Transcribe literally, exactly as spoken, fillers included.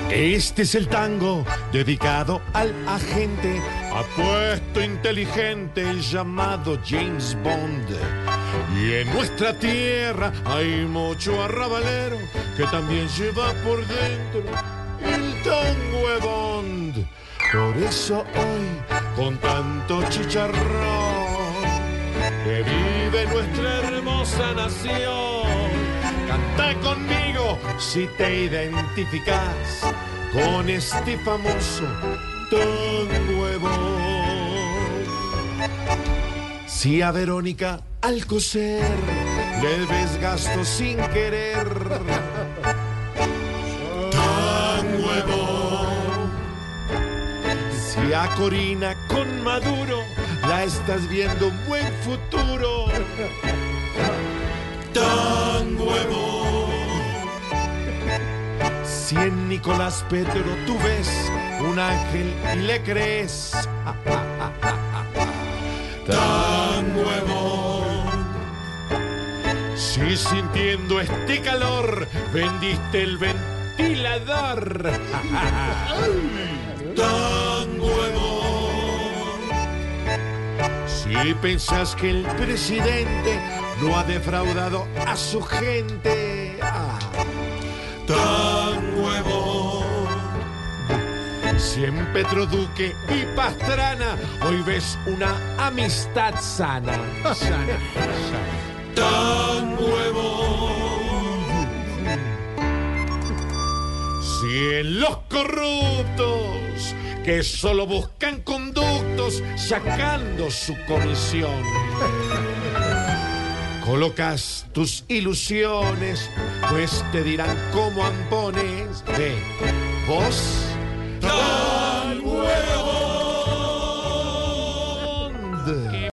Este es el tango dedicado al agente apuesto inteligente llamado James Bond. Y en nuestra tierra hay mucho arrabalero que también lleva por dentro el tango de Bond. Por eso hoy, con tanto chicharrón, que vive nuestra hermosa nación, canta conmigo si te identificas con este famoso tango de Bond. Si a Verónica al coser le ves gasto sin querer, tango de Bond. Si a Corina con Maduro la estás viendo un buen futuro, tango de Bond. Si en Nicolás Petro tú ves un ángel y le crees, tango de Bond. Si sintiendo este calor vendiste el ventilador, tango de Bond. Si pensás que el presidente no ha defraudado a su gente, ah, tango de Bond. Si en Petroduque y Pastrana hoy ves una amistad sana, sana, sana. Tango de Bond. Si en los corruptos que solo buscan conductos sacando su comisión, colocas tus ilusiones, pues te dirán como ampones, ve, vos